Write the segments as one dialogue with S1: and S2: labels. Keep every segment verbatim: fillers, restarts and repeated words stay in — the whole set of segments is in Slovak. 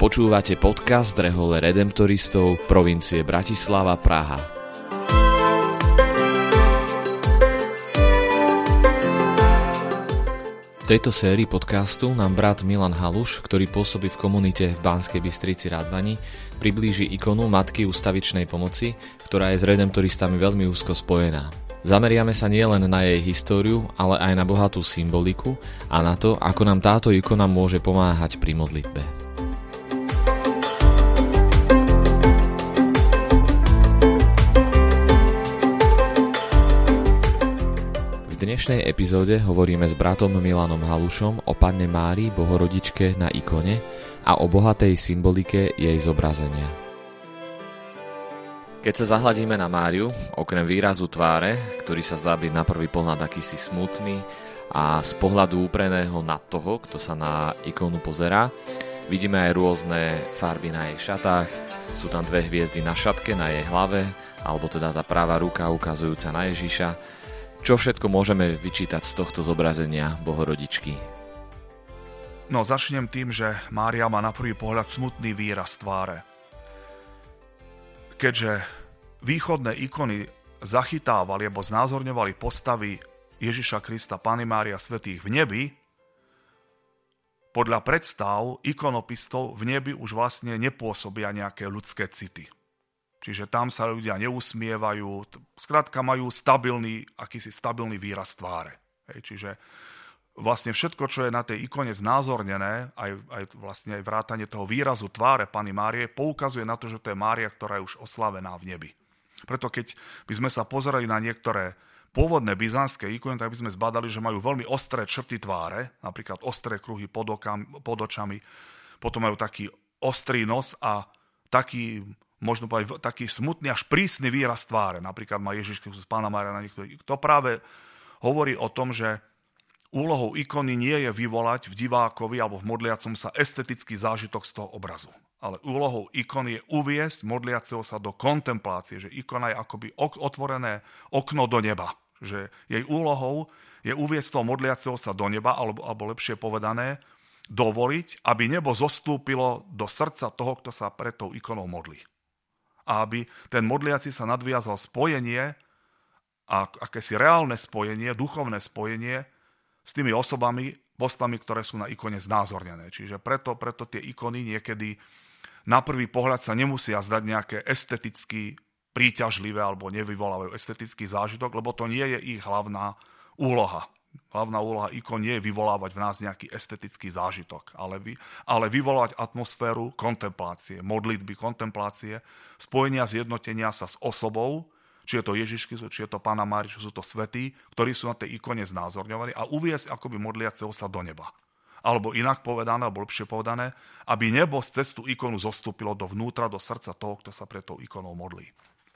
S1: Počúvate podcast Rehole redemptoristov provincie Bratislava, Praha. V tejto sérii podcastu nám brat Milan Haluš, ktorý pôsobí v komunite v Banskej Bystrici Radvani, priblíži ikonu Matky ústavičnej pomoci, ktorá je s redemptoristami veľmi úzko spojená. Zameriame sa nielen na jej históriu, ale aj na bohatú symboliku a na to, ako nám táto ikona môže pomáhať pri modlitbe. V dnešnej epizóde hovoríme s bratom Milanom Halušom o Panne Márii Bohorodičke na ikone a o bohatej symbolike jej zobrazenia. Keď sa zahľadíme na Máriu, okrem výrazu tváre, ktorý sa zdá byť na prvý pohľad akýsi smutný a z pohľadu úpreného na toho, kto sa na ikonu pozerá, vidíme aj rôzne farby na jej šatách, sú tam dve hviezdy na šatke, na jej hlave, alebo teda tá pravá ruka ukazujúca na Ježiša. Čo všetko môžeme vyčítať z tohto zobrazenia Bohorodičky?
S2: No, začnem tým, že Mária má na prvý pohľad smutný výraz tváre. Keďže východné ikony zachytávali alebo znázorňovali postavy Ježiša Krista, Panny Márie a svätých v nebi, podľa predstav ikonopistov v nebi už vlastne nepôsobia nejaké ľudské city. Čiže tam sa ľudia neusmievajú, skrátka majú stabilný, akýsi stabilný výraz tváre. Hej, čiže vlastne všetko, čo je na tej ikone znázornené, aj, aj vlastne aj vrátanie toho výrazu tváre Panny Márie, poukazuje na to, že to je Mária, ktorá je už oslavená v nebi. Preto keď by sme sa pozerali na niektoré pôvodné byzantské ikony, tak by sme zbadali, že majú veľmi ostré črty tváre, napríklad ostré kruhy pod, okami, pod očami, potom majú taký ostrý nos a taký možno povedať taký smutný až prísny výraz tváre. Napríklad má Ježiš Kristus, Panna Mária na niektorých. To práve hovorí o tom, že úlohou ikony nie je vyvolať v divákovi alebo v modliacom sa estetický zážitok z toho obrazu. Ale úlohou ikony je uviesť modliaceho sa do kontemplácie, že ikona je akoby otvorené okno do neba. Že jej úlohou je uviesť toho modliaceho sa do neba, alebo, alebo lepšie povedané, dovoliť, aby nebo zostúpilo do srdca toho, kto sa pred tou ikonou modlí. A aby ten modliaci sa nadviazal spojenie a akési reálne spojenie, duchovné spojenie s tými osobami, postami, ktoré sú na ikone znázornené. Čiže preto, preto tie ikony niekedy na prvý pohľad sa nemusia zdať nejaké esteticky príťažlivé alebo nevyvolávajú estetický zážitok, lebo to nie je ich hlavná úloha. Hlavná úloha ikon nie je vyvolávať v nás nejaký estetický zážitok, ale, vy, ale vyvolávať atmosféru kontemplácie, modlitby, kontemplácie, spojenia, zjednotenia sa s osobou, či je to Ježiš Kristus, či je to Panna Mária, či sú to svätí, ktorí sú na tej ikone znázorňovaní a uviesť akoby modliaceho sa do neba. Alebo inak povedané, alebo lepšie povedané, aby nebo z cestu ikonu zostúpilo dovnútra, do srdca toho, kto sa pred tou ikonou modlí.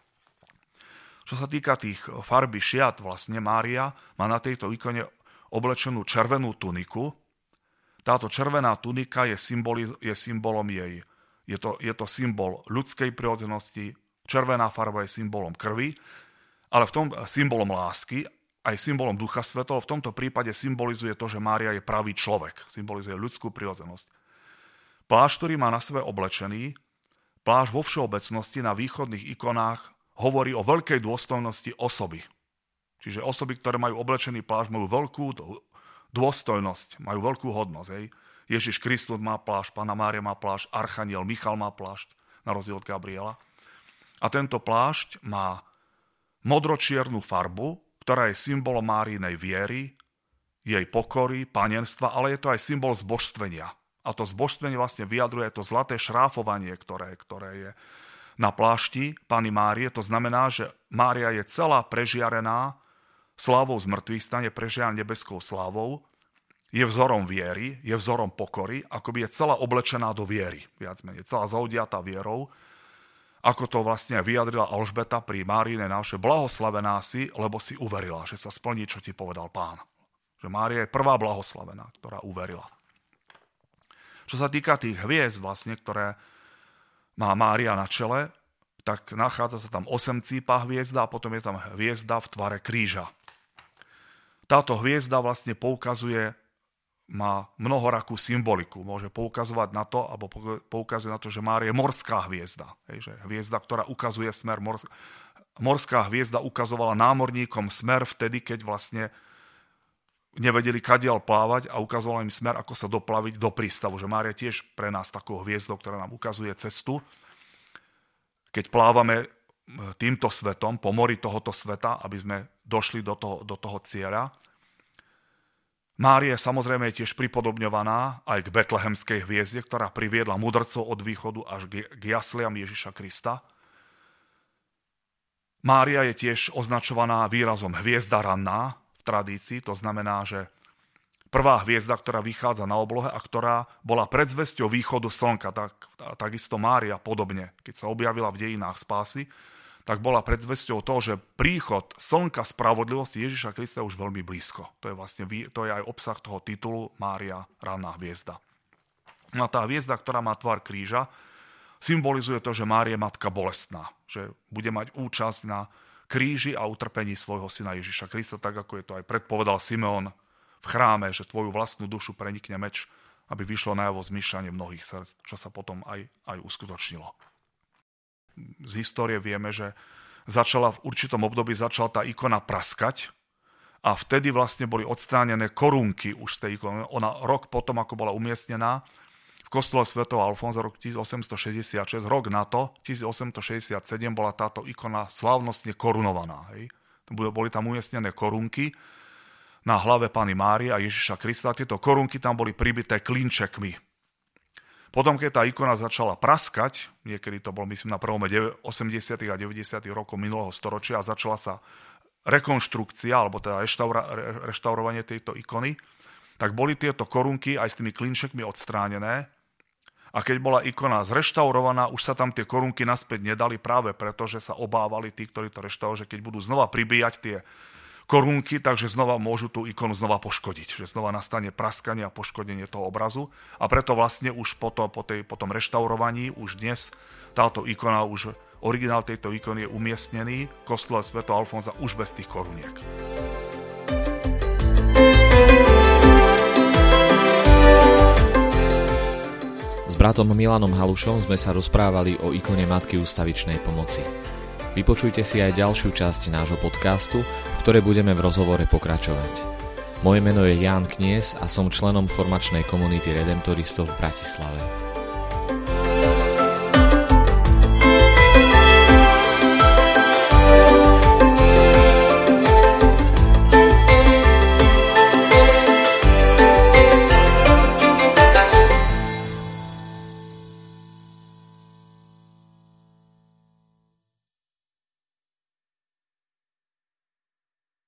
S2: Čo sa týka tých farby šiat, vlastne Mária má na tejto ikone oblečenú červenú tuniku. Táto červená tunika je, symboli, je symbolom jej. Je to, je to symbol ľudskej prirodzenosti, červená farba je symbolom krvi, ale v tom symbolom lásky, aj symbolom Ducha Svätého. V tomto prípade symbolizuje to, že Mária je pravý človek. Symbolizuje ľudskú prirodzenosť. Plášť, ktorý má na sebe oblečený, plášť vo všeobecnosti na východných ikonách hovorí o veľkej dôstojnosti osoby. Čiže osoby, ktoré majú oblečený plášť, majú veľkú dôstojnosť, majú veľkú hodnosť. Hej. Ježiš Kristus má plášť, Panna Mária má plášť, Archaniel Michal má plášť, na rozdiel od Gabriela. A tento plášť má modročiernu farbu, ktorá je symbolom Márinej viery, jej pokory, panenstva, ale je to aj symbol zbožstvenia. A to zbožstvenie vlastne vyjadruje to zlaté šráfovanie, ktoré, ktoré je na plášti Panny Márie. To znamená, že Mária je celá prežiarená slávou z mŕtvych stane, prežiarená nebeskou slávou, je vzorom viery, je vzorom pokory, akoby je celá oblečená do viery, viac menej, celá zaodiatá vierou, ako to vlastne vyjadrila Alžbeta pri Márinej návšteve. Blahoslavená si, lebo si uverila, že sa splní, čo ti povedal Pán. Že Mária je prvá blahoslavená, ktorá uverila. Čo sa týka tých hviezd, vlastne, ktoré má Mária na čele, tak nachádza sa tam osemcípa hviezda a potom je tam hviezda v tvare kríža. Táto hviezda vlastne poukazuje má mnohorakú symboliku. Môže poukazovať na to, alebo poukazuje na to, že Mária je morská hviezda. Hej, že hviezda, ktorá ukazuje smer. Mors- morská hviezda ukazovala námorníkom smer vtedy, keď vlastne nevedeli kadiaľ plávať a ukazovala im smer, ako sa doplaviť do prístavu. Že Mária tiež pre nás takou hviezdou, ktorá nám ukazuje cestu. Keď plávame týmto svetom, po mori tohoto sveta, aby sme došli do toho, do toho cieľa. Mária samozrejme je tiež pripodobňovaná aj k betlehemskej hviezde, ktorá priviedla mudrcov od východu až k jasliam Ježiša Krista. Mária je tiež označovaná výrazom hviezda ranná v tradícii, to znamená, že prvá hviezda, ktorá vychádza na oblohe a ktorá bola predzvesťou východu slnka, tak, takisto Mária podobne, keď sa objavila v dejinách spásy, tak bola predzvesťou toho, že príchod slnka spravodlivosti Ježiša Krista je už veľmi blízko. To je vlastne to je aj obsah toho titulu Mária, ranná hviezda. No a tá hviezda, ktorá má tvar kríža, symbolizuje to, že Mária je matka bolestná, že bude mať účasť na kríži a utrpení svojho syna Ježiša Krista, tak ako je to aj predpovedal Simeon v chráme, že tvoju vlastnú dušu prenikne meč, aby vyšlo najavo zmýšľanie mnohých srdc, čo sa potom aj, aj uskutočnilo. Z histórie vieme, že začala v určitom období začala tá ikona praskať a vtedy vlastne boli odstránené korunky už z tej ikony. Ona rok potom, ako bola umiestnená v kostole svätého Alfonza rok tisícosemstošesťdesiatšesť, rok na to, tisícosemstošesťdesiatsedem, bola táto ikona slávnostne korunovaná. Hej. Boli tam umiestnené korunky na hlave Panny Márie a Ježiša Krista. Tieto korunky tam boli pribité klinčekmi. Potom, keď tá ikona začala praskať, niekedy to bol, myslím, na prvom osemdesiatych a deväťdesiatych rokov minulého storočia a začala sa rekonštrukcia, alebo teda reštaura, reštaurovanie tejto ikony, tak boli tieto korunky aj s tými klinčekmi odstránené. A keď bola ikona zreštaurovaná, už sa tam tie korunky naspäť nedali práve preto, že sa obávali tí, ktorí to reštaurovali, že keď budú znova pribíjať tie korunky, takže znova môžu tú ikonu znova poškodiť. Že znova nastane praskanie a poškodenie toho obrazu. A preto vlastne už po, to, po, tej, po tom reštaurovaní, už dnes táto ikona, už originál tejto ikony je umiestnený v kostole svätého Alfonza už bez tých koruniek.
S1: S bratom Milanom Halušom sme sa rozprávali o ikone Matky ústavičnej pomoci. Vypočujte si aj ďalšiu časť nášho podcastu, v ktorej budeme v rozhovore pokračovať. Moje meno je Ján Knies a som členom formačnej komunity redemptoristov v Bratislave.